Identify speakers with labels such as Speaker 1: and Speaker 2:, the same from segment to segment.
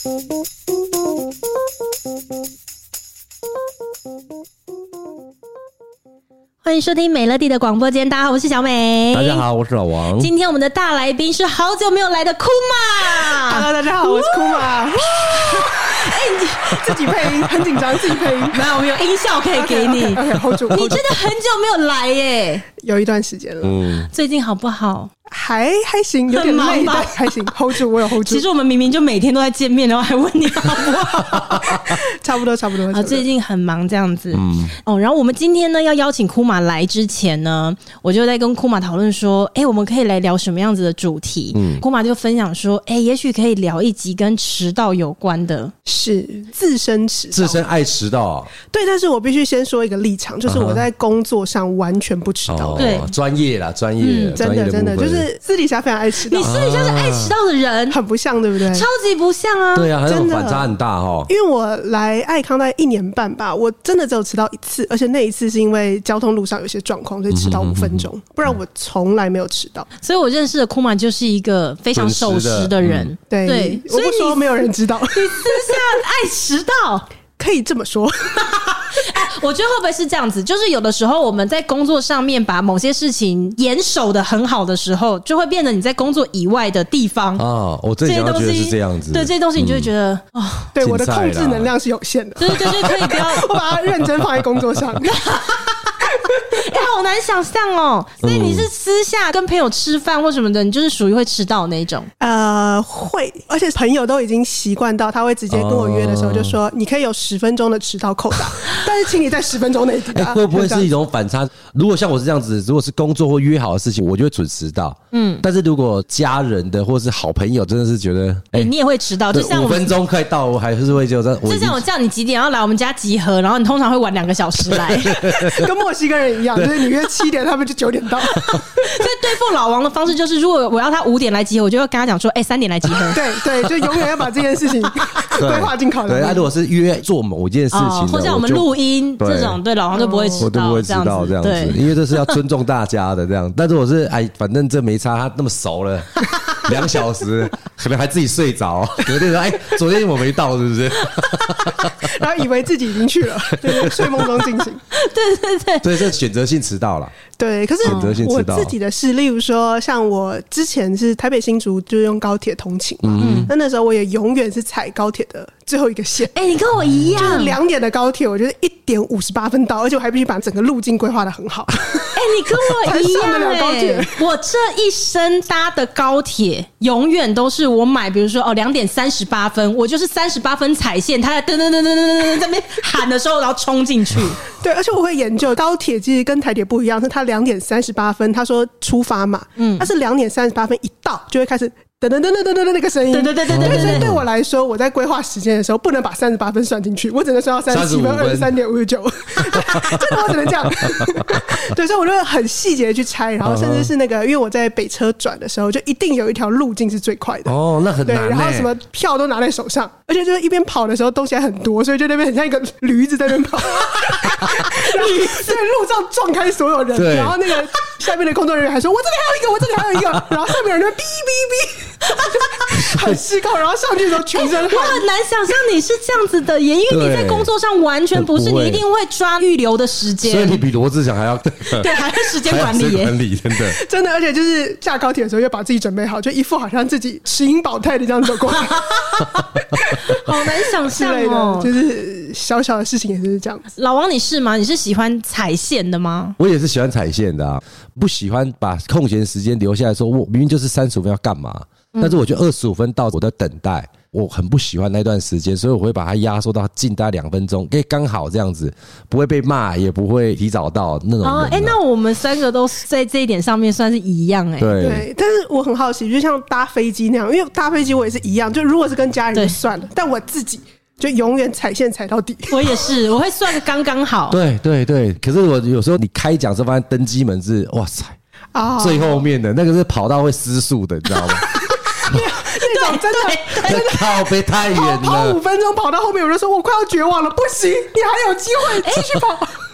Speaker 1: 欢迎收听美乐蒂的广播间，大家好，我是小美。
Speaker 2: 大家好，我是老王。
Speaker 1: 今天我们的大来宾是好久没有来的库玛。
Speaker 3: Hello， 大家好，我是库玛。你自己配音，很紧张，自己配音。
Speaker 1: 没有，我们有音效可以给你。
Speaker 3: OK，hold住。
Speaker 1: 你真的很久没有来耶，
Speaker 3: 有一段时间了。
Speaker 1: 最近好不好？
Speaker 3: 还行，有点累吧？还行 ，hold 住，我有 hold 住。
Speaker 1: 其实我们明明就每天都在见面，然后还问你好不好？
Speaker 3: 差不多。
Speaker 1: 最近很忙这样子。然后我们今天呢要邀请库玛来之前呢，我就在跟库玛讨论说，我们可以来聊什么样子的主题？库玛就分享说，也许可以聊一集跟迟到有关的，
Speaker 3: 是自身迟到，
Speaker 2: 自身爱迟到啊。
Speaker 3: 对，但是我必须先说一个立场，就是我在工作上完全不迟到。
Speaker 1: 对，
Speaker 2: 专业啦，专业，
Speaker 3: 真的就是私底下非常爱迟到。
Speaker 1: 你私底下是爱迟到的人，
Speaker 3: 很不像，对不对？
Speaker 1: 超级不像啊！
Speaker 2: 对啊，真的反差很大哦。
Speaker 3: 因为我来爱康大概1年半吧，我真的只有迟到1次，而且那一次是因为交通路上有些状况，所以迟到5分钟，不然我从来没有迟到。
Speaker 1: 所以我认识的库玛就是一个非常守时的人。
Speaker 3: 对，我不说没有人知道。
Speaker 1: 你私下爱迟到。
Speaker 3: 可以这么说。
Speaker 1: 我觉得会不会是这样子，就是有的时候我们在工作上面把某些事情严守的很好的时候，就会变得你在工作以外的地方
Speaker 2: 我这些东西是这样子。
Speaker 1: 对，这些东西你就会觉得
Speaker 3: 对，我的控制能量是有限的。
Speaker 1: 对，可以不要
Speaker 3: 我把它认真放在工作上。
Speaker 1: 好难想象哦。所以你是私下跟朋友吃饭或什么的，你就是属于会迟到的那一种？
Speaker 3: 会，而且朋友都已经习惯到，他会直接跟我约的时候就说，你可以有10分钟的迟到扣打，但是请你在10分钟内抵达。
Speaker 2: 会不会是一种反差？如果像我是这样子，如果是工作或约好的事情，我就会准时到。但是如果家人的或是好朋友，真的是觉得，
Speaker 1: 你也会迟到，就像
Speaker 2: 5分钟快到，我还是会就
Speaker 1: 像我叫你几点要来我们家集合，然后你通常会晚2个小时来，
Speaker 3: 跟墨西哥人一样，就是你约7点，他们就9点到。所
Speaker 1: 以对付老王的方式就是，如果我要他5点来集合，我就要跟他讲说，3点来集合。
Speaker 3: 对，就永远要把这件事情规划进考量。
Speaker 2: 对，如果是约做某件事情，
Speaker 1: 或者我们录音这种，对老王就不会迟到，
Speaker 2: 我都不会迟到这样子，因为这是要尊重大家的这样。但是我是反正这没差，他那么熟了，2小时，可能还自己睡着，隔天说昨天我没到是不是？
Speaker 3: 然后以为自己已经去了，对，睡梦中进行。
Speaker 1: 对，
Speaker 2: 所以这选择性迟到了。
Speaker 3: 对，可是我自己的事，例如说，像我之前是台北新竹，就是用高铁通勤嘛，那时候我也永远是踩高铁的最后一个线。
Speaker 1: 你跟我一样，
Speaker 3: 就是2点的高铁，我觉得1点58分到，而且我还必须把整个路径规划得很好。
Speaker 1: 你跟我一样我这一生搭的高铁永远都是我买，比如说2点38分，我就是38分踩线，他在噔噔噔噔噔噔在那边喊的时候，然后冲进去。
Speaker 3: 对，而且我会研究高铁，其实跟台铁不一样，是它2点38分，他说出发嘛，它是2点38分一到就会开始。噔噔噔噔噔噔那个声音，对，所以对我来说，我在规划时间的时候，不能把38分算进去，我只能算到37分、23.59，真的我只能这样。对，所以我就很细节的去猜，然后甚至是那个，因为我在北车转的时候，就一定有一条路径是最快的。
Speaker 2: 那很难。
Speaker 3: 对，然后什么票都拿在手上，而且就是一边跑的时候东西还很多，所以就那边很像一个驴子在那边跑，对，路上撞开所有人，然后那个下面的工作人员还说：“我这里还有一个，我这里还有一个。”然后上面有人哔哔哔。很失控，然后上去的时候全身汗。
Speaker 1: 我很难想象你是这样子的耶，因为你在工作上完全不是，你一定会抓预留的时间，
Speaker 2: 所以你比罗志祥还要
Speaker 1: 对，还要时间管理耶，
Speaker 3: 真的，而且就是下高铁的时候要把自己准备好，就一副好像自己持盈保泰的这样走过来，
Speaker 1: 好难想象哦。
Speaker 3: 就是小小的事情也是这样。
Speaker 1: 老王，你是吗？你是喜欢踩线的吗？
Speaker 2: 我也是喜欢踩线的不喜欢把空闲时间留下来说，我明明就是35分要干嘛。但是我觉得25分到我在等待，我很不喜欢那段时间，所以我会把它压缩到近大概2分钟，可以刚好这样子，不会被骂，也不会提早到那种人。
Speaker 1: 那我们3个都在这一点上面算是一样
Speaker 3: 对，但是我很好奇，就像搭飞机那样，因为搭飞机我也是一样，就如果是跟家人就算了，但我自己就永远踩线踩到底。
Speaker 1: 我也是，我会算刚刚好。
Speaker 2: 对，可是我有时候你开讲时候发现登机门是哇塞最后面的那个是跑道会失速的，你知道吗？
Speaker 3: 那种真的
Speaker 2: 靠北太远了，
Speaker 3: 跑5分钟跑到后面，我就说我快要绝望了，不行，你还有机会继续跑。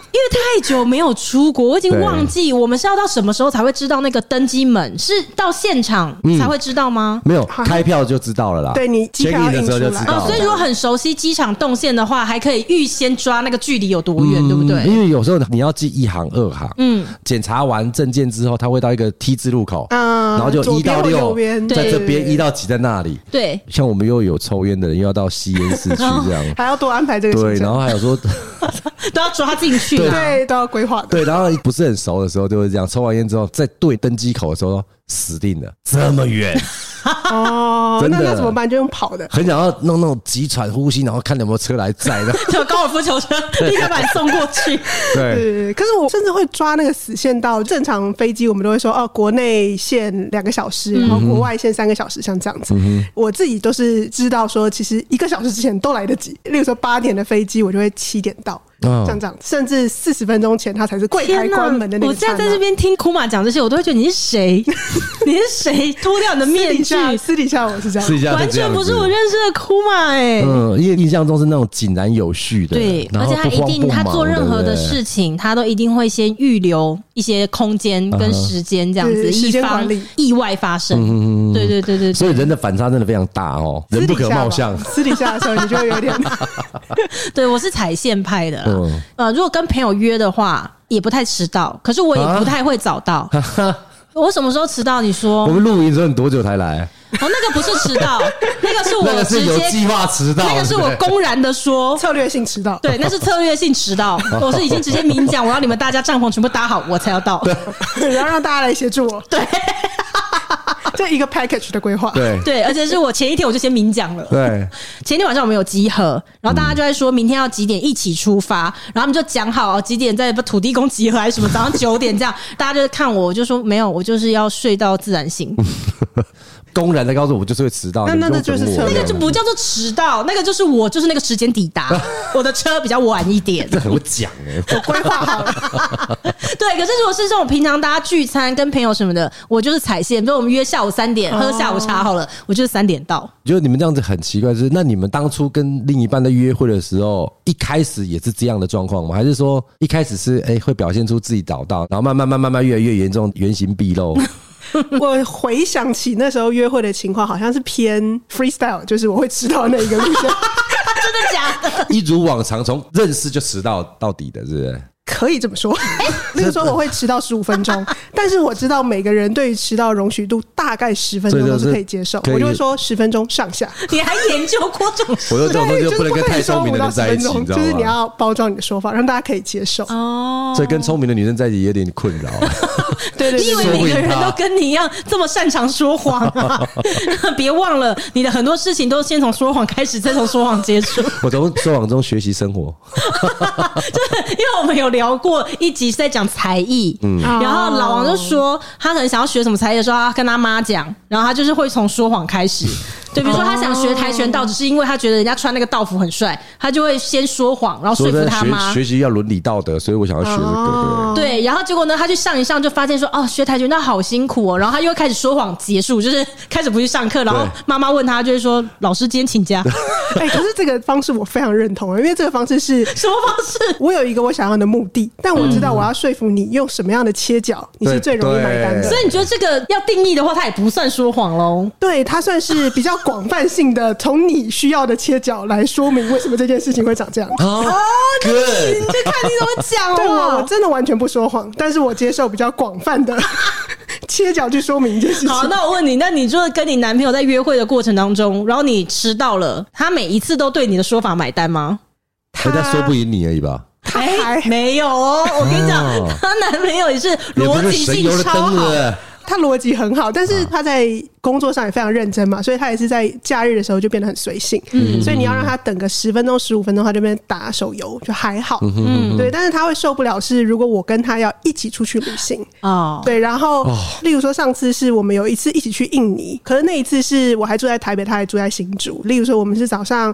Speaker 1: 因为太久没有出国，我已经忘记我们是要到什么时候才会知道那个登机门，是到现场才会知道吗？
Speaker 2: 没有，开票就知道了啦。
Speaker 3: 对，你机票
Speaker 2: 的时候就知道。
Speaker 1: 所以如果很熟悉机场动线的话，还可以预先抓那个距离有多远，对不对？
Speaker 2: 因为有时候你要记一行二行，检查完证件之后，他会到一个 T 字路口，然后就1到6，在这边1到几在那里。
Speaker 1: 对，
Speaker 2: 像我们又有抽烟的人，又要到吸烟室去这样，
Speaker 3: 还要多安排这个行程。
Speaker 2: 对，然后还有说
Speaker 1: 都要抓进去，
Speaker 3: 对，都要规划。
Speaker 2: 对，然后不是很熟的时候就会这样，抽完烟之后，在对登机口的时候死定了，这么远。
Speaker 3: 哦，那怎么办？就用跑的，
Speaker 2: 很想要弄那种急喘呼吸，然后看有没有车来载的，
Speaker 1: 就高尔夫球车立刻把你送过去。
Speaker 2: 对，
Speaker 3: 可是我甚至会抓那个死线到正常飞机，我们都会说哦，国内限2个小时，然后国外限3个小时，像这样子。我自己都是知道说，其实1个小时之前都来得及。例如说8点的飞机，我就会7点到。这样，甚至40分钟前他才是柜台关门的那个。
Speaker 1: 我现在在这边听库玛讲这些，我都会觉得你是谁？你是谁？脱掉你的面具。
Speaker 3: 私底下我是这样，
Speaker 1: 完全不是我认识的库玛
Speaker 2: 因为印象中是那种井然有序的。
Speaker 1: 对，而且他一定他做任何的事情，他都一定会先预留一些空间跟时间，这样子，以防意外发生。对。
Speaker 2: 所以人的反差真的非常大哦，人不可貌相。
Speaker 3: 私底下的时候，你就会有点。
Speaker 1: 对，我是踩线派的。如果跟朋友约的话，也不太迟到，可是我也不太会早到。我什么时候迟到？你说
Speaker 2: 我们录影的时候你多久才来？
Speaker 1: 那个不是迟到，那个是我
Speaker 2: 那个是有计划迟到，
Speaker 1: 那个是我公然的说
Speaker 3: 策略性迟到。
Speaker 1: 对，那是策略性迟到。我是已经直接明讲，我要你们大家帐篷全部搭好，我才要到，
Speaker 3: 然后让大家来协助我。
Speaker 1: 对。
Speaker 3: 这一个 package 的规划，
Speaker 1: 对，而且是我前一天我就先明讲了。
Speaker 2: 对，
Speaker 1: 前天晚上我们有集合，然后大家就在说明天要几点一起出发，然后他们就讲好几点在土地公集合还是什么，早上9点这样，大家就看我就说没有，我就是要睡到自然醒。
Speaker 2: 公然的告诉我就是会迟到，
Speaker 3: 那就是
Speaker 1: 那个就不叫做迟到，那个就是我就是那个时间抵达，我的车比较晚一点。
Speaker 2: 这很会讲
Speaker 3: 我规划好了。
Speaker 1: 对，可是如果是这种平常大家聚餐跟朋友什么的，我就是踩线，比如我们约下午3点喝下午茶好了，我就是3点到。
Speaker 2: 觉得你们这样子很奇怪，就是那你们当初跟另一半在约会的时候，一开始也是这样的状况吗？还是说一开始是会表现出自己早到，然后慢慢越来越严重，原形毕露？
Speaker 3: 我回想起那时候约会的情况，好像是偏 freestyle， 就是我会迟到那一个路线。
Speaker 1: 真的假的？
Speaker 2: 一如往常，从认识就迟到到底的，是不是？
Speaker 3: 可以这么说。例如说我会迟到15分钟，但是我知道每个人对于迟到容许度大概10分钟都是可以接受，我就会说10分钟上下。
Speaker 1: 你还研究过这种事？
Speaker 2: 我这种东西就不能跟太聪明的人在一起，你知道吗？
Speaker 3: 就是你要包装你的说法，让大家可以接受。
Speaker 2: 所以跟聪明的女生在一起有点困扰。
Speaker 3: 对，
Speaker 1: 你以为每个人都跟你一样这么擅长说谎啊？别忘了，你的很多事情都先从说谎开始，再从说谎结束。
Speaker 2: 我从说谎中学习生活。
Speaker 1: 因为我们有聊过一集是在讲才艺，然后老王就说他可能想要学什么才艺的时候，他跟他妈讲，然后他就是会从说谎开始。对，比如说他想学跆拳道，只是因为他觉得人家穿那个道服很帅，他就会先说谎，然后说服他妈。
Speaker 2: 学习要伦理道德，所以我想要学这个。
Speaker 1: 对，然后结果呢，他去上一上就发现说，哦，学跆拳道好辛苦哦，然后他又开始说谎结束，就是开始不去上课，然后妈妈问他，就会说老师今天请假。
Speaker 3: 可是这个方式我非常认同，因为这个方式是
Speaker 1: 什么方式？
Speaker 3: 我有一个我想要的目的，但我知道我要说服你用什么样的切角，你是最容易买单的。
Speaker 1: 所以你觉得这个要定义的话，它也不算说谎咯？
Speaker 3: 对，它算是比较广泛性的，从你需要的切角来说明为什么这件事情会长这样。
Speaker 1: 你就看你怎么讲。
Speaker 3: 对，我真的完全不说谎，但是我接受比较广泛的切角去说明一件事情。
Speaker 1: 好，那我问你，那你就是跟你男朋友在约会的过程当中，然后你迟到了，他每一次都对你的说法买单吗？
Speaker 2: 他说不赢你而已吧？
Speaker 1: 没有哦，我跟你讲，她男朋友也是逻辑性超好，
Speaker 3: 他逻辑很好，但是他在工作上也非常认真嘛，所以他也是在假日的时候就变得很随性。所以你要让他等个10分钟、15分钟，他就变打手游就还好。对，但是他会受不了是如果我跟他要一起出去旅行对，然后例如说上次是我们有一次一起去印尼，可是那一次是我还住在台北，他还住在新竹。例如说我们是早上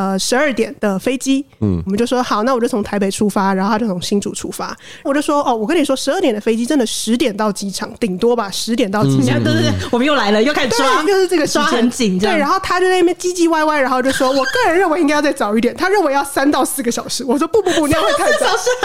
Speaker 3: 12点的飞机，我们就说好，那我就从台北出发，然后他就从新竹出发。我就说我跟你说12点的飞机真的10点到机场，顶多吧10点到机场。对，
Speaker 1: 我们又来了，又开始抓，
Speaker 3: 就是这个
Speaker 1: 抓很紧，
Speaker 3: 对，然后他就在那边唧唧歪歪，然后就说我个人认为应该要再早一点，他认为要3到4个小时。我说不，那样会太早，
Speaker 1: 3到4小时很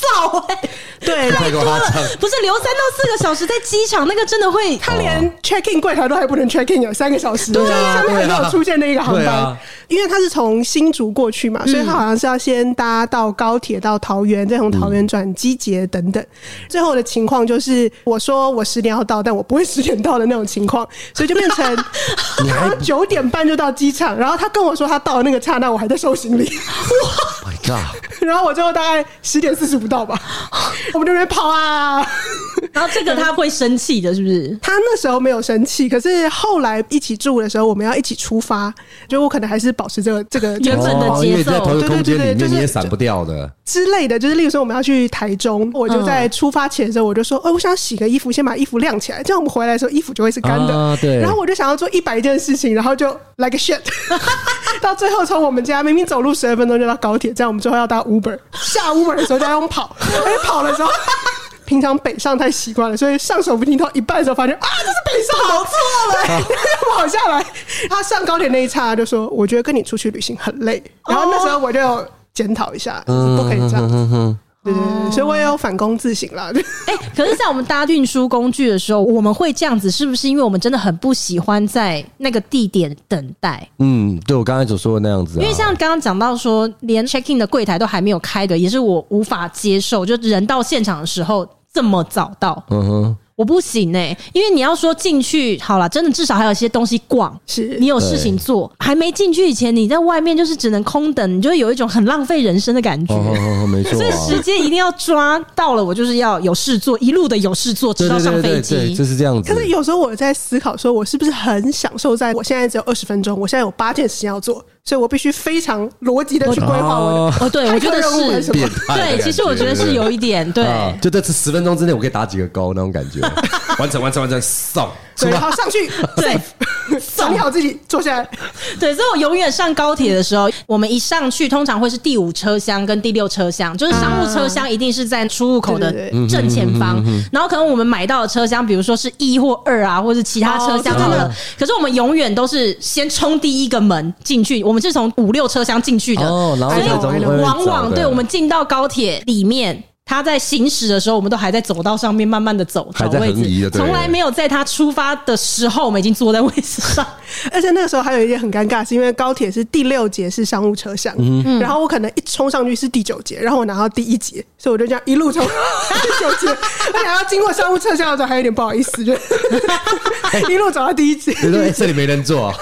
Speaker 1: 早
Speaker 3: 对，
Speaker 1: 太多了，不是留3到4个小时在机场，那个真的会，
Speaker 3: 他连 check in 柜台都还不能 check in 3个小时，对啊，上面还没有出现那个航班，因为他是从新竹过去嘛，所以他好像是要先搭到高铁到桃园，再从桃园转机捷等等。最后的情况就是我说我10点要到，但我不会10点到的那种情况，所以就变成他9点半就到机场，然后他跟我说他到的那个刹那，我还在收行李。
Speaker 2: 哇 ，My God！
Speaker 3: 然后我最后大概10点45到吧，我们就在那边跑啊。
Speaker 1: 然后这个他会生气的，是不是？
Speaker 3: 他那时候没有生气，可是后来一起住的时候，我们要一起出发，就我可能还是保持这个
Speaker 1: 原本的节奏，
Speaker 2: 因为在同一个空间里面你也闪不掉的
Speaker 3: 之类的。就是例如说我们要去台中，我就在出发前的时候我就说，我想洗个衣服，先把衣服晾起来，这样我们回来的时候衣服就会是干的。
Speaker 2: 对。
Speaker 3: 然后我就想要做100件事情，然后就 like a shit， 到最后从我们家明明走路12分钟就到高铁，这样我们最后要搭 Uber， 下 Uber 的时候就要用跑，而且跑的时候。平常北上太习惯了，所以上手扶梯到一半的时候发现这是北上
Speaker 1: 跑错了，
Speaker 3: 跑下来。他上高铁那一刹就说：“我觉得跟你出去旅行很累。”然后那时候我就检讨一下，不可以这样。对，所以我也有反躬自省啦。
Speaker 1: 可是在我们搭运输工具的时候，我们会这样子，是不是因为我们真的很不喜欢在那个地点等待？
Speaker 2: 对，我刚才所说的那样子
Speaker 1: 因为像刚刚讲到说，连 check in 的柜台都还没有开的，也是我无法接受，就人到现场的时候这么早到。我不行因为你要说进去好啦，真的至少还有一些东西逛，
Speaker 3: 是
Speaker 1: 你有事情做。还没进去以前，你在外面就是只能空等，你就会有一种很浪费人生的感觉。
Speaker 2: 没错，
Speaker 1: 所以时间一定要抓到了，我就是要有事做，一路的有事做，直到上飞机。
Speaker 2: 对，就是这样子。
Speaker 3: 可是有时候我在思考，说我是不是很享受在我现在只有20分钟，我现在有8件事情要做，所以我必须非常逻辑的去规划我的。
Speaker 1: 对，我觉得是
Speaker 2: 变态。
Speaker 1: 对，其实我觉得是有一点对，
Speaker 2: 就在这10分钟之内，我可以打几个勾那种感觉。完成，送。
Speaker 3: 对，好上去，对，整理好自己，坐下来。
Speaker 1: 对，所以我永远上高铁的时候，我们一上去通常会是第5车厢跟第6车厢，就是商务车厢一定是在出入口的正前方，然后可能我们买到的车厢，比如说是1或2啊，或是其他车厢好了。可是我们永远都是先冲第一个门进去，我们是从5、6车厢进去的，
Speaker 2: 然后
Speaker 1: 所以往往对我们进到高铁里面。他在行驶的时候，我们都还在走道上面慢慢的走，找位置，从来没有在他出发的时候，我们已经坐在位置上。
Speaker 3: 而且那个时候还有一件很尴尬，是因为高铁是第6节是商务车厢，然后我可能一冲上去是第9节，然后我拿到第1节，所以我就这样一路从第9节，而且要经过商务车厢的时候还有点不好意思，就一路走到第1节。
Speaker 2: 你说这里没人坐，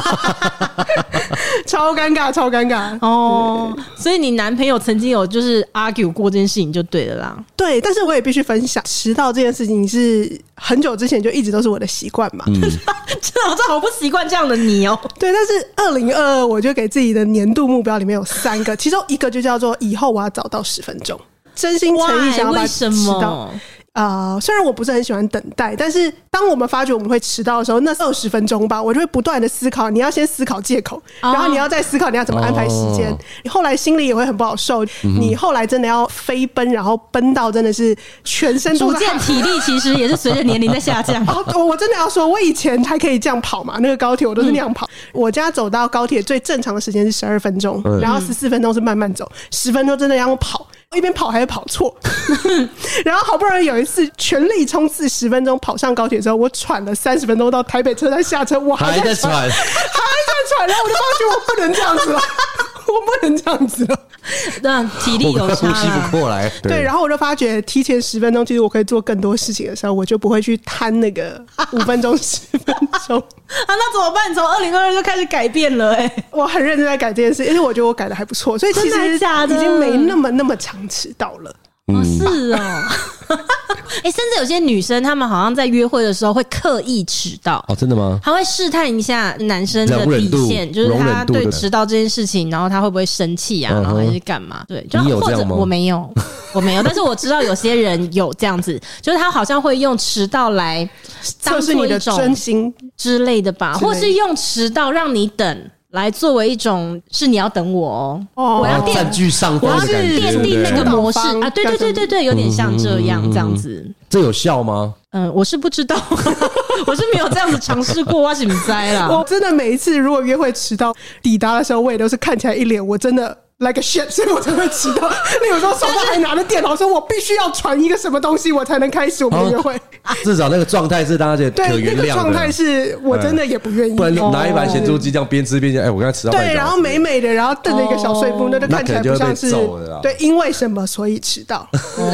Speaker 3: 超尴尬，超尴尬
Speaker 1: 哦。所以你男朋友曾经有就是 argue 过这件事情就对了啦。
Speaker 3: 对，但是我也必须分享，迟到这件事情是很久之前就一直都是我的习惯嘛。
Speaker 1: 这好不习惯这样的你哦。
Speaker 3: 对，但是2022我就给自己的年度目标里面有3个，其中一个就叫做以后我要早到10分钟，真心诚意想要把迟到。虽然我不是很喜欢等待，但是当我们发觉我们会迟到的时候，那20分钟吧，我就会不断的思考，你要先思考借口，然后你要再思考你要怎么安排时间，你后来心里也会很不好受，你后来真的要飞奔，然后奔到真的是全身都
Speaker 1: 逐渐体力其实也是随着年龄在下降。
Speaker 3: 我真的要说，我以前还可以这样跑嘛，那个高铁我都是那样跑。我家走到高铁最正常的时间是12分钟，然后14分钟是慢慢走，10分钟真的要跑，一边跑还会跑错。然后好不容易有一次全力冲刺10分钟跑上高铁之后，我喘了30分钟到台北车站下车，我还在喘，然后我就发觉我不能这样子了。我不能这样子了，
Speaker 1: 那体力有差，
Speaker 2: 呼吸不过来。
Speaker 3: 对，然后我就发觉提前10分钟，其实我可以做更多事情的时候，我就不会去贪那个5分钟、10分钟。
Speaker 1: 那怎么办？你从2022就开始改变了
Speaker 3: 我很认真在改这件事，因为我觉得我改的还不错，所以其实已经没那么常迟到了。
Speaker 1: 是哦。甚至有些女生她们好像在约会的时候会刻意迟到。
Speaker 2: 真的吗？
Speaker 1: 她会试探一下男生的底线，就是他对迟到这件事情，然后他会不会生气啊，然后还是干嘛。对，就
Speaker 2: 你有这样吗？
Speaker 1: 我没有，但是我知道有些人有这样子，就是他好像会用迟到来
Speaker 3: 测试你的真心
Speaker 1: 之类的吧，或是用迟到让你等来作为一种是你要等我我要
Speaker 2: 占据上风的感觉，
Speaker 1: 奠定那个模式啊，对，有点像这样子。
Speaker 2: 这有效吗？
Speaker 1: 我是不知道，我是没有这样子尝试过，我是不知道啦。
Speaker 3: 我真的每一次如果约会迟到抵达的时候，我也都是看起来一脸我真的 like a shit， 所以我才会迟到。例如说手上还拿着电脑，说我必须要传一个什么东西，我才能开始我们的约会。
Speaker 2: 至少那个状态是大家可原谅的。
Speaker 3: 那个状态是我真的也不愿意。
Speaker 2: 不然拿一盘咸猪鸡这样边吃边讲，我刚才迟到半小时。
Speaker 3: 对，然后美美的，然后瞪着一个小碎步，那就看起来不像是对，因为什么所以迟到。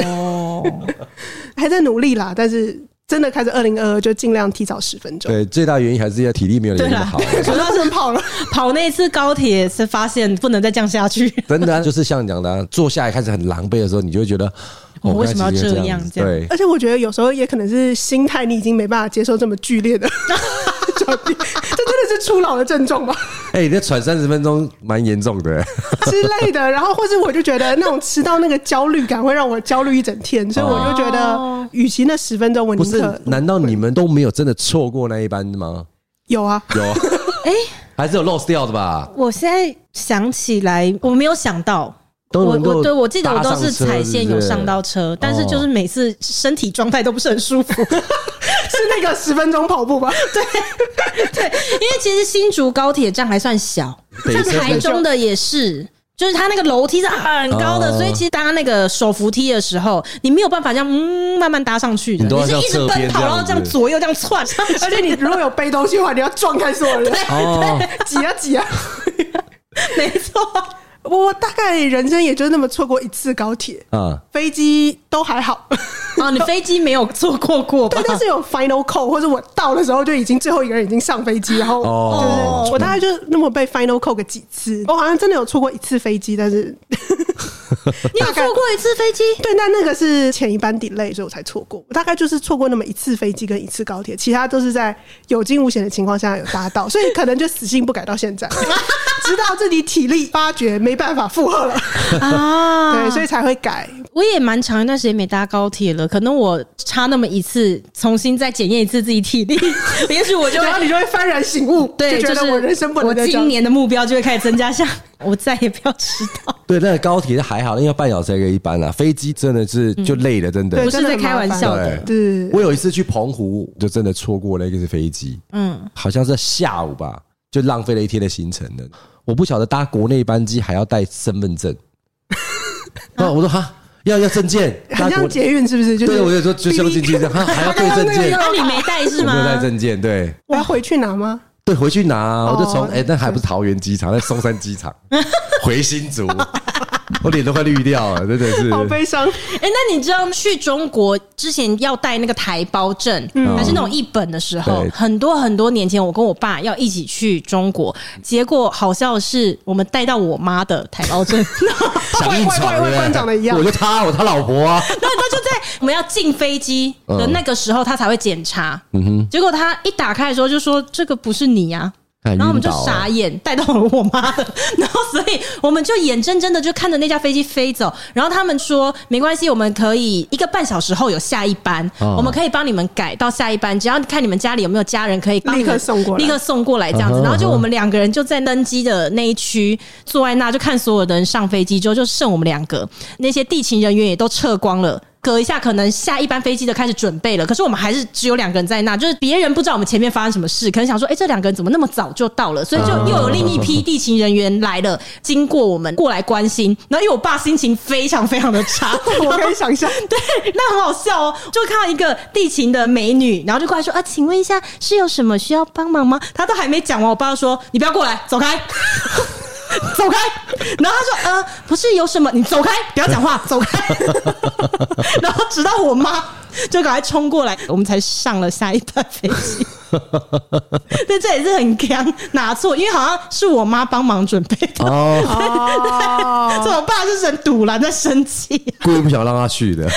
Speaker 3: 还在努力啦，但是真的开始2022就尽量提早10分钟。对，
Speaker 2: 最大原因还是因为体力没有那么好。
Speaker 3: 主要是
Speaker 1: 跑那次高铁是发现不能再这样下去。
Speaker 2: 真的就是像讲的，坐下来开始很狼狈的时候，你就会觉得
Speaker 1: 我为什么要这样？
Speaker 2: 对，
Speaker 3: 而且我觉得有时候也可能是心态，你已经没办法接受这么剧烈的这真的是初老的症状吧？
Speaker 2: 你那喘30分钟蛮严重的
Speaker 3: 之类的，然后或是我就觉得那种吃到那个焦虑感会让我焦虑一整天，所以我就觉得，与其那10分钟，我宁可。
Speaker 2: 不是？难道你们都没有真的错过那一班吗？
Speaker 3: 有啊，
Speaker 2: 有啊，还是有 lost 掉的吧？
Speaker 1: 我现在想起来，我没有想到。我记得我都是踩线有上到车，但是就是每次身体状态都不是很舒服。
Speaker 3: 是那个10分钟跑步吧？
Speaker 1: 对，因为其实新竹高铁站还算小，像台中的也是。就是它那个楼梯是很高的，所以其实搭那个手扶梯的时候，你没有办法这样慢慢搭上去的，你是一直奔跑，然后这样左右这样窜上去。
Speaker 3: 而且你如果有背东西的话，你要撞开所有人，挤啊挤啊，
Speaker 1: 没错。
Speaker 3: 我大概人生也就那么错过1次高铁，飞机都还好。
Speaker 1: 你飞机没有坐过吧？
Speaker 3: 对，但是有 final call， 或者我到的时候就已经最后一个人已经上飞机，然后就是我大概就那么被 final call 个几次。我好像真的有错过1次飞机，但是
Speaker 1: 你有错过1次飞机？
Speaker 3: 对，但那个是前一班 delay， 所以我才错过。我大概就是错过那么1次飞机跟1次高铁，其他都是在有惊无险的情况下有搭到，所以可能就死性不改到现在。直到自己体力发觉没办法负荷了对，所以才会改。
Speaker 1: 我也蛮长一段时间没搭高铁了，可能我差那么1次，重新再检验1次自己体力，也许我就
Speaker 3: 然后你就会幡然醒悟，对，就觉得我人生不能再这样。
Speaker 1: 我今年的目标就会开始增加，像我再也不要迟到。
Speaker 2: 对，那个高铁还好，因为半小时一班啦，飞机真的是就累了，真的
Speaker 1: 不是在开玩笑的。
Speaker 3: 对，
Speaker 2: 我有一次去澎湖，就真的错过了一个飞机，好像是下午吧，就浪费了1天的行程了。我不晓得搭国内班机还要带身份证，我说哈，要证件，
Speaker 3: 很像捷运是不是？
Speaker 2: 对，我就说就像进去这样，还要对证件。
Speaker 1: 那你没带是吗？
Speaker 2: 我没有带证件，对。
Speaker 3: 我要回去拿吗？
Speaker 2: 对，回去拿。我就从那还不是桃园机场，在松山机场回新竹。我脸都快绿掉了，真的是
Speaker 3: 好悲伤。
Speaker 1: 那你知道去中国之前要带那个台胞证，还是那种1本的时候，很多年前，我跟我爸要一起去中国，结果好笑的是，我们带到我妈的台胞证，
Speaker 2: 像硬闯
Speaker 3: 外观长得一样，
Speaker 2: 我他老婆啊。
Speaker 1: 那他就在我们要进飞机的那个时候，他才会检查。结果他一打开的时候就说：“这个不是你啊。”然后我们就傻眼，带到了我妈的，然后所以我们就眼睁睁的就看着那架飞机飞走，然后他们说没关系，我们可以1个半小时后有下一班，我们可以帮你们改到下一班，只要看你们家里有没有家人可以帮你们立刻送过来这样子。然后就我们2个人就在登机的那一区坐在那，就看所有的人上飞机之后，就剩我们2个，那些地勤人员也都撤光了。隔一下可能下一班飞机的开始准备了，可是我们还是只有2个人在那，就是别人不知道我们前面发生什么事，可能想说这2个人怎么那么早就到了，所以就又有另一批地勤人员来了，经过我们过来关心。然后因为我爸心情非常非常的差
Speaker 3: 我可以想象
Speaker 1: 对，那很好笑哦，就看到一个地勤的美女，然后就过来说请问一下是有什么需要帮忙吗？他都还没讲完，我爸就说你不要过来，走开走开。然后他说不是有什么，你走开，不要讲话，走开然后直到我妈就赶快冲过来，我们才上了下一班飞机对，这也是很强，拿错，因为好像是我妈帮忙准备的所以我爸就是很堵然在生气
Speaker 2: 故意不想让他去的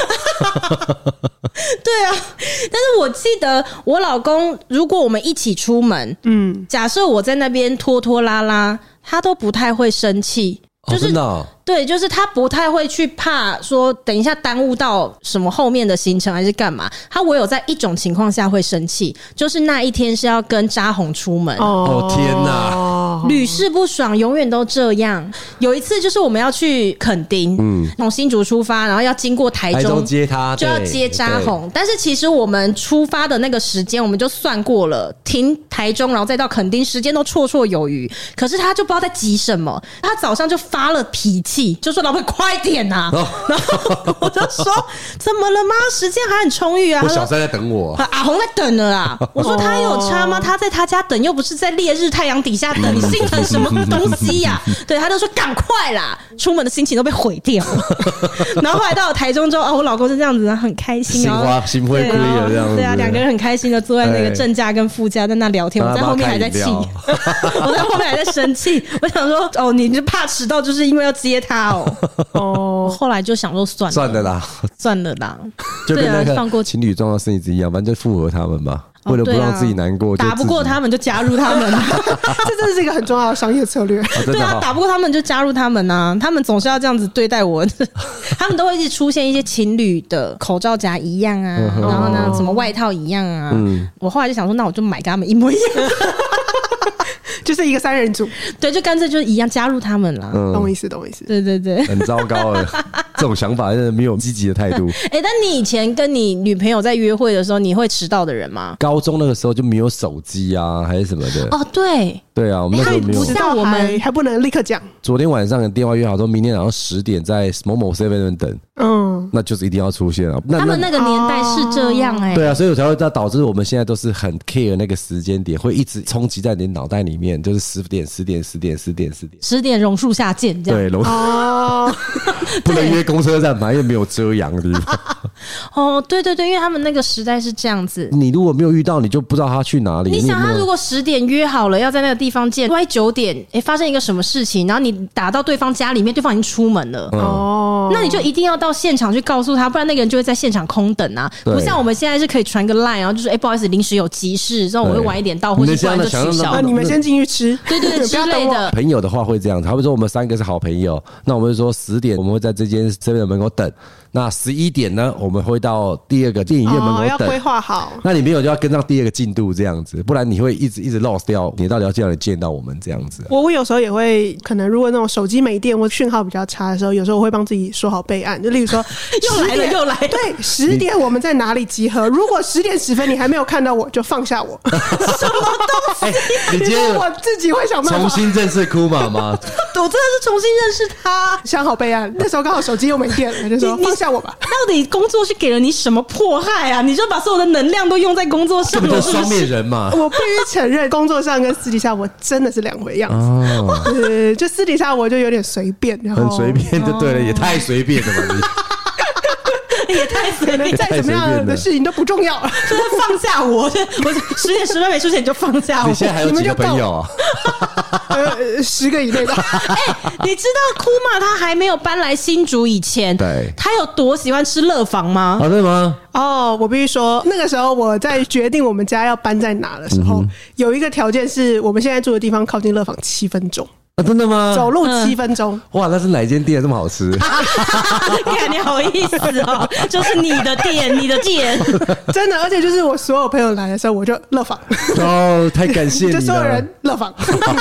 Speaker 1: 对啊，但是我记得我老公如果我们一起出门，假设我在那边拖拖拉拉，他都不太会生气，就是
Speaker 2: 真的哦，
Speaker 1: 对，就是他不太会去怕说等一下耽误到什么后面的行程还是干嘛，他唯有在一种情况下会生气，就是那一天是要跟扎红出门。
Speaker 2: 天哪，
Speaker 1: 屡试不爽，永远都这样。有一次就是我们要去垦丁，从新竹出发，然后要经过台中
Speaker 2: 接他，
Speaker 1: 就要接扎红。但是其实我们出发的那个时间我们就算过了，停台中然后再到垦丁时间都绰绰有余。可是他就不知道在急什么，他早上就发了脾气，就说老婆快点啊，然后我就说怎么了吗？时间还很充裕啊。
Speaker 2: 我小三在等我，
Speaker 1: 阿红在等了啦。我说他有差吗？他在他家等，又不是在烈日太阳底下等，你心疼什么东西呀？对，他就说赶快啦，出门的心情都被毁掉了。然后后来到了台中之后，我老公就这样子，很开心，
Speaker 2: 心灰意冷这样子。
Speaker 1: 对啊，两个人很开心的坐在那个正驾跟副驾在那聊天，我在后面还在气，我在后面还在生气。我想说，你就怕迟到，就是因为要接他哦。后来就想说算了啦，
Speaker 2: 就跟那个情侣撞到生意一样，反正就附和他们吧。为了不让自己难过，
Speaker 1: 打不过他们就加入他们。
Speaker 3: 这真的是一个很重要的商业策略。
Speaker 1: 对啊，打不过他们就加入他们啊！他们总是要这样子对待我。他们都会一直出现一些情侣的口罩夹一样啊，然后呢什么外套一样啊。我后来就想说，那我就买跟他们一模一样。
Speaker 3: 就是一个3人组，
Speaker 1: 对，就干脆就一样加入他们了。
Speaker 3: 懂我意思。
Speaker 1: 对对对，
Speaker 2: 很糟糕了，这种想法真的没有积极的态度。
Speaker 1: 但你以前跟你女朋友在约会的时候，你会迟到的人吗？
Speaker 2: 高中那个时候就没有手机啊，还是什么的。
Speaker 1: 哦，对
Speaker 2: 啊，我们那时候没有，
Speaker 1: 不像我们
Speaker 3: 还不能立刻讲。
Speaker 2: 昨天晚上跟电话约好说，明天早上10点在某某 7 等。那就是一定要出现啊。
Speaker 1: 他们那个年代是这样
Speaker 2: 对啊，所以我才会导致我们现在都是很 care 那个时间点，会一直冲击在你脑袋里面，就是10点
Speaker 1: 榕树下见这样。
Speaker 2: 对，不能约公车站嘛，因为没有遮阳的地方。
Speaker 1: 对，因为他们那个时代是这样子。
Speaker 2: 你如果没有遇到，你就不知道他去哪里。
Speaker 1: 你想，他如果10点约好了要在那个地方见，万一9点发生一个什么事情，然后你打到对方家里面，对方已经出门了。那你就一定要到现场去告诉他，不然那个人就会在现场空等啊。不像我们现在是可以传个 LINE， 然后就说不好意思，临时有急事，然后我会晚一点到，或者不然就取消。
Speaker 3: 你们先进去吃，
Speaker 1: 对之类的。
Speaker 2: 朋友的话会这样子，好比说我们3个是好朋友，那我们就说10点我们会在这间7的门口等。那11点呢，我们会到第2个电影院门口等。
Speaker 3: 要规划好。
Speaker 2: 那你没有就要跟上第2个进度这样子，不然你会一直 lost 掉，你到底要这样见到我们这样子。
Speaker 3: 我有时候也会可能，如果那种手机没电或讯号比较差的时候，有时候我会帮自己说好备案，就例如说
Speaker 1: 又来了，
Speaker 3: 对，10点我们在哪里集合？如果10点10分你还没有看到我，就放下我。什么东西？
Speaker 2: 你今天
Speaker 3: 我自己会想办法
Speaker 2: 重新认识库玛吗？
Speaker 1: 我真的是重新认识他，
Speaker 3: 想好备案。那时候刚好手机又没电了，就说放下我吧。
Speaker 1: 到底工作是给了你什么迫害啊？你就把所有的能量都用在工作上，
Speaker 2: 这不是双面人嘛？
Speaker 3: 我必须承认，工作上跟私底下我真的是2回样子。就私底下我就有点随便，
Speaker 2: 很随便就对了，也太随便了吧你。
Speaker 1: 也太随便，
Speaker 3: 再怎么样的事情都不重要，
Speaker 1: 就是放下我。10点10分没出现你就放下我。
Speaker 2: 你现在还有几个朋友啊
Speaker 3: ？10个以内的。
Speaker 1: 你知道库玛他还没有搬来新竹以前，
Speaker 2: 对，
Speaker 1: 他有多喜欢吃乐坊吗？
Speaker 2: 真的吗？
Speaker 3: 我必须说，那个时候我在决定我们家要搬在哪的时候，有一个条件是我们现在住的地方靠近乐坊7分钟。
Speaker 2: 真的吗？
Speaker 3: 走路7分钟。
Speaker 2: 哇，那是哪间店这么好吃？
Speaker 1: 看你好意思哦，就是你的店，
Speaker 3: 真的，而且就是我所有朋友来的时候，我就乐坊。
Speaker 2: 太感谢你了，
Speaker 3: 就所有人乐坊。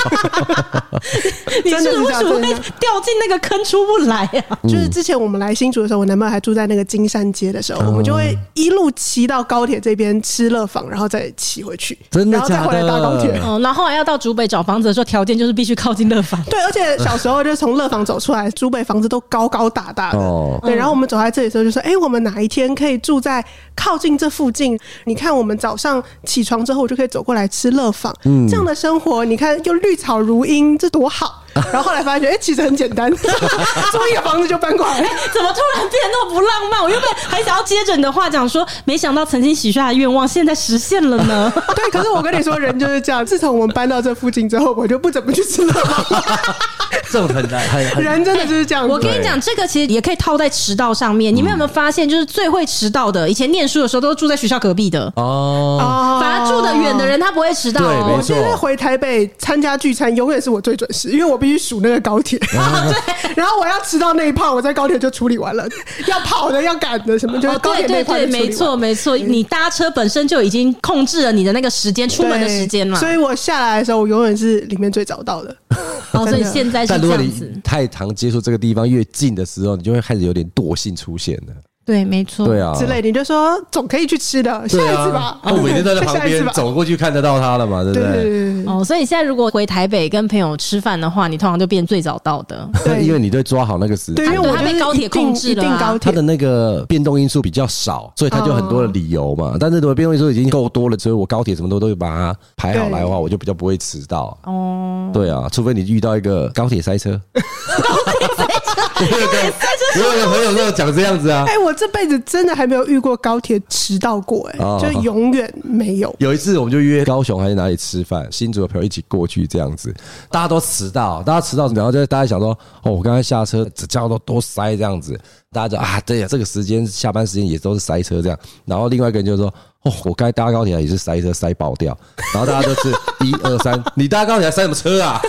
Speaker 1: 你是为什么会掉进那个坑出不来啊？
Speaker 3: 就是之前我们来新竹的时候，我男朋友还住在那个金山街的时候，我们就会一路骑到高铁这边吃乐坊，然后再骑回去，
Speaker 2: 真的假的？
Speaker 3: 然后再回来搭高铁。
Speaker 1: 然后后来要到竹北找房子的时候，条件就是必须靠近乐坊。
Speaker 3: 对，而且小时候就从乐坊走出来，竹北房子都高高大大的。对，然后我们走在这里的时候就说，我们哪一天可以住在靠近这附近？你看我们早上起床之后，我就可以走过来吃乐坊。这样的生活，你看又绿草如茵，这多好。然后后来发现，其实很简单，租一个房子就搬过来。
Speaker 1: 怎么突然变那么不浪漫？我原本还想要接着你的话讲说，没想到曾经许下的愿望现在实现了呢。
Speaker 3: 对，可是我跟你说，人就是这样。自从我们搬到这附近之后，我就不怎么去吃了。
Speaker 2: 这种很
Speaker 3: 人真的就是这样子。
Speaker 1: 我跟你讲，这个其实也可以套在迟到上面。你们有没有发现，就是最会迟到的，以前念书的时候都是住在学校隔壁的哦，反而住得远的人他不会迟到哦。
Speaker 2: 对，
Speaker 3: 我现在回台北参加聚餐，永远是我最准时，因为我必须数那个高铁。对，然后我要迟到那一趴，我在高铁就处理完了，要跑的、要赶的什么，就是高铁那一趴就处理完。
Speaker 1: 对，没错，没错。你搭车本身就已经控制了你的那个时间，出门的时间嘛。
Speaker 3: 所以我下来的时候，我永远是里面最早到的。
Speaker 1: 哦，所以现在是这样子。但如果你
Speaker 2: 太常接触这个地方，越近的时候，你就会开始有点惰性出现了。
Speaker 1: 对，没错，
Speaker 2: 对啊，
Speaker 3: 之类，你就说总可以去吃的，下一次吧。
Speaker 2: 我每天都在旁边走过去看得到他了嘛，对不对？
Speaker 1: 哦，所以现在如果回台北跟朋友吃饭的话，你通常就变最早到的，
Speaker 2: 因为你对抓好那个时间，
Speaker 3: 对，因为我
Speaker 1: 被高铁控制了，
Speaker 2: 他的那个变动因素比较少，所以他就很多的理由嘛。但是如果变动因素已经够多了，所以我高铁什么都会把它排好来的话，我就比较不会迟到。哦，对啊，除非你遇到一个高铁塞车，高铁塞车，我有朋友跟我讲这样子啊。
Speaker 3: 我这辈子真的还没有遇过高铁迟到过，就永远没有。
Speaker 2: 有一次我们就约高雄还是哪里吃饭，新竹的朋友一起过去这样子，大家都迟到，然后就大家想说，哦，我刚刚下车，只叫都塞这样子，大家就啊，对呀，这个时间下班时间也都是塞车这样。然后另外一个人就说，哦，我刚才搭高铁也是塞车塞爆掉，然后大家就是1、2、3，你搭高铁还塞什么车啊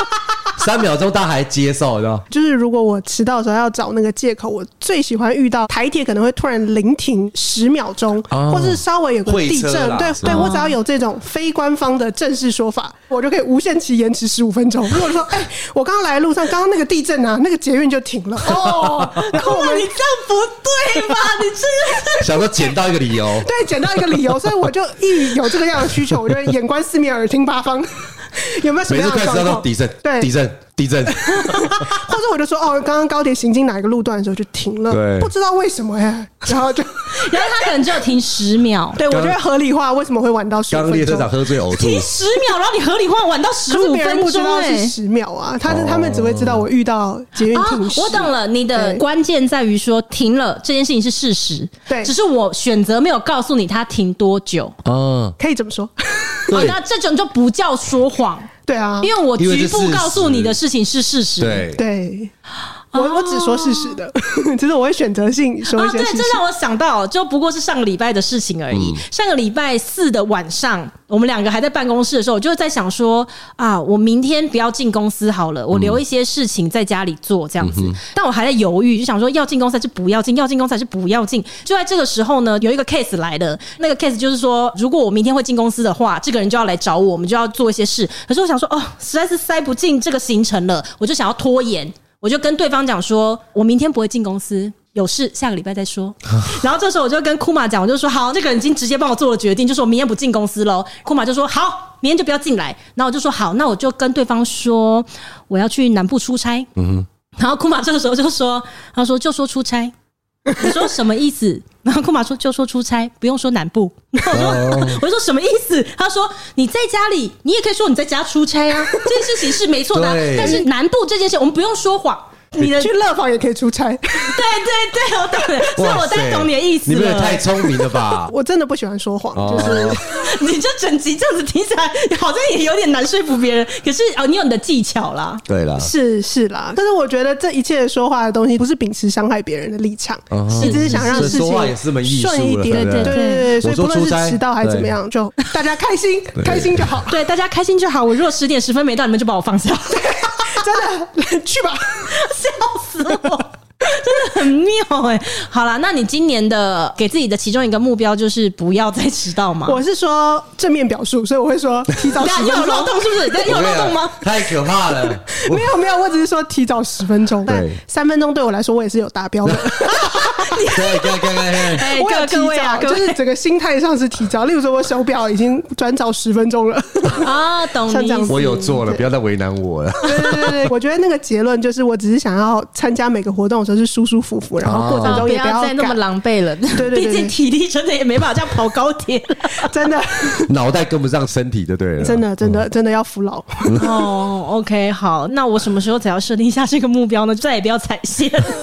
Speaker 2: ？3秒钟大家还接受，知道？
Speaker 3: 就是如果我迟到的时候要找那个借口，我最喜欢遇到台铁可能会突然临停10秒钟，或是稍微有个地震，对，我只要有这种非官方的正式说法，我就可以无限期延迟15分钟。如果说，我刚刚来的路上，刚刚那个地震啊，那个捷运就停了哦。然后
Speaker 1: 你这样不对吧？你这个
Speaker 2: 想说捡到一个理由，
Speaker 3: 对，捡到一个理由，所以我就一有这个样的需求，我就会眼观四面，耳听八方。有没有什么样的状况？每次快迟到地震，
Speaker 2: 对，地震，
Speaker 3: 或者我就说哦，刚刚高铁行经哪一个路段的时候就停了，不知道为什么然后
Speaker 1: 他可能只有停10秒，
Speaker 3: 对，我觉得合理化为什么会晚到15分钟。
Speaker 2: 刚列车长喝醉呕吐，
Speaker 1: 停10秒，然后你合理化晚到15分钟，
Speaker 3: 不知道是10秒啊，他们只会知道我遇到捷运停驶。
Speaker 1: 我懂了，你的关键在于说停了这件事情是事实，
Speaker 3: 对，
Speaker 1: 只是我选择没有告诉你他停多久，
Speaker 3: 可以这么说。
Speaker 1: 那这种就不叫说谎，
Speaker 3: 对啊，
Speaker 1: 因为我局部告诉你的事情是事实，
Speaker 3: 对。我只说事实的，只是我会选择性说一些事情。
Speaker 1: 对，这让我想到，就不过是上个礼拜的事情而已。上个礼拜4的晚上，我们2个还在办公室的时候，我就在想说啊，我明天不要进公司好了，我留一些事情在家里做这样子。但我还在犹豫，就想说要进公司还是不要进，要进公司还是不要进。就在这个时候呢，有一个 case 来了，那个 case 就是说，如果我明天会进公司的话，这个人就要来找我，我们就要做一些事。可是我想说，实在是塞不进这个行程了，我就想要拖延。我就跟对方讲说，我明天不会进公司，有事下个礼拜再说。然后这时候我就跟库玛讲，我就说好，这个人已经直接帮我做了决定，就说我明天不进公司咯。库玛就说好，明天就不要进来。然后我就说好，那我就跟对方说我要去南部出差。然后库玛这个时候就说，他说就说出差。我说什么意思？然后库玛说就说出差，不用说南部。我就说什么意思？他说你在家里，你也可以说你在家出差啊，这件事情是没错的但是南部这件事我们不用说谎。
Speaker 3: 你去乐坊也可以出差，
Speaker 1: 对，我懂了，所以我大概懂你的意思了。
Speaker 2: 你们也太聪明了吧！
Speaker 3: 我真的不喜欢说谎，就是
Speaker 1: 你这整集这样子听起来，好像也有点难说服别人。可是你有你的技巧啦，
Speaker 2: 对啦，
Speaker 3: 是啦。但是我觉得这一切说话的东西，不是秉持伤害别人的立场，你只是想让事情顺一点，对。所以不论是迟到还是怎么样，就大家开心，开心就好。
Speaker 1: 对，大家开心就好。我如果10点10分没到，你们就把我放下。
Speaker 3: 真的去吧，
Speaker 1: 笑死我，真的很妙好啦，那你今年的给自己的其中一个目标就是不要再迟到吗？
Speaker 3: 我是说正面表述，所以我会说提早10分钟。
Speaker 1: 又有漏洞是不是？又有漏洞吗？
Speaker 2: 太可怕了！
Speaker 3: 没有，我只是说提早10分钟，但3分钟对我来说我也是有达标的。我有提早，就是整个心态上是提早。例如说，我手表已经转早10分钟了
Speaker 1: 啊，懂你意思。
Speaker 2: 我有做了，不要再为难我了。
Speaker 3: 对，我觉得那个结论就是，我只是想要参加每个活动的时候是舒舒服服，然后过程中也不要
Speaker 1: 再那么狼狈了。
Speaker 3: 对，
Speaker 1: 毕竟体力真的也没办法这样跑高铁，
Speaker 3: 真的
Speaker 2: 脑袋跟不上身体就对了。
Speaker 3: 真的要服老。
Speaker 1: OK， 好，那我什么时候才要设定一下这个目标呢？再也不要踩线。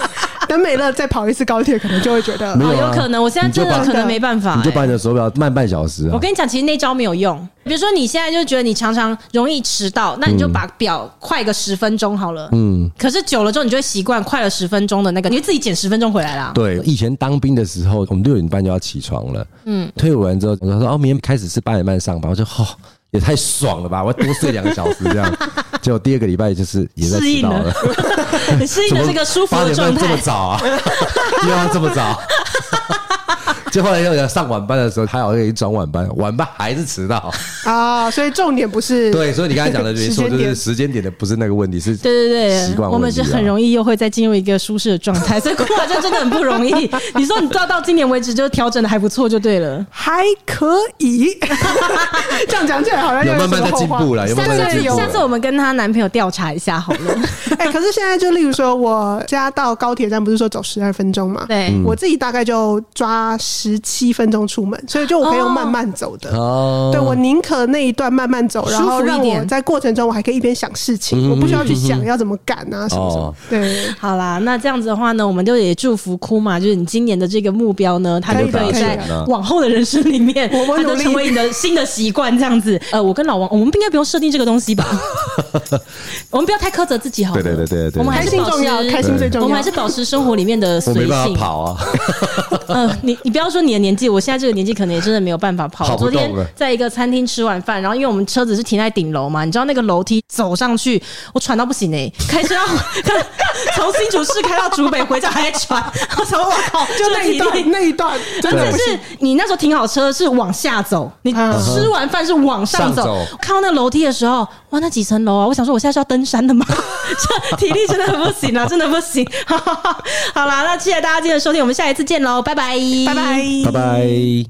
Speaker 3: 等美乐再跑一次高铁，可能就会觉得
Speaker 1: 有可能。我现在真的可能没办法，
Speaker 2: 你就把你的手表慢半小时啊。
Speaker 1: 我跟你讲，其实那招没有用。比如说你现在就觉得你常常容易迟到，那你就把表快个10分钟好了。可是久了之后，你就会习惯快了10分钟的那个，你会自己减10分钟回来啦。
Speaker 2: 对，以前当兵的时候，我们6点半就要起床了。退伍完之后，我说明天开始是8点半上班，我就也太爽了吧！我要多睡2个小时这样。结果第2个礼拜就是也在迟到了，
Speaker 1: 你适应了这个舒服的状态。
Speaker 2: 8点半这么早啊？又要这么早？就后来要上晚班的时候，还好可以转晚班，晚班还是迟到
Speaker 3: 啊！所以重点不是
Speaker 2: 对，所以你刚才讲的没错，就是时间点的不是那个问题，是
Speaker 1: 对
Speaker 2: 习惯。
Speaker 1: 我们是很容易又会再进入一个舒适的状态，所以库马就真的很不容易。你说你到今年为止就调整的还不错就对了，
Speaker 3: 还可以。这样讲起来好像
Speaker 2: 有慢慢在进步了，有慢慢在进步。
Speaker 1: 下次我们跟她男朋友调查一下好了。
Speaker 3: 可是现在就例如说我家到高铁站不是说走12分钟嘛？
Speaker 1: 对，
Speaker 3: 我自己大概就抓17分钟出门，所以就我可以用慢慢走的。对，我宁可那一段慢慢走，然后让我在过程中我还可以一边想事情，我不需要去想要怎么赶啊什么什么。对，
Speaker 1: 好啦，那这样子的话呢，我们就也祝福库玛，就是你今年的这个目标呢，它就可以在往后的人生里面，它就成为你的新的习惯。这样子，我跟老王，我们应该不用设定这个东西吧？我们不要太苛责自己好了。
Speaker 2: 对，
Speaker 1: 我们还是保持
Speaker 3: 开心最重要。
Speaker 1: 我们还是保持生活里面的随性。
Speaker 2: 我没办法跑啊。
Speaker 1: 你不要说你的年纪，我现在这个年纪可能也真的没有办法跑。昨天在一个餐厅吃完饭，然后因为我们车子是停在顶楼嘛，你知道那个楼梯走上去，我喘到不行开车要从新竹市开到竹北回家还在喘，我说我靠，
Speaker 3: 就那一段
Speaker 1: 真的是你那时候停好车是往下走，你吃完饭是往上走。看到那楼梯的时候，哇，那几层楼啊！我想说我现在是要登山的吗？这体力真的不行啊，真的不行。好啦，那谢谢大家今天的收听，我们下一次见喽，拜拜，
Speaker 3: 拜拜，
Speaker 2: 拜拜。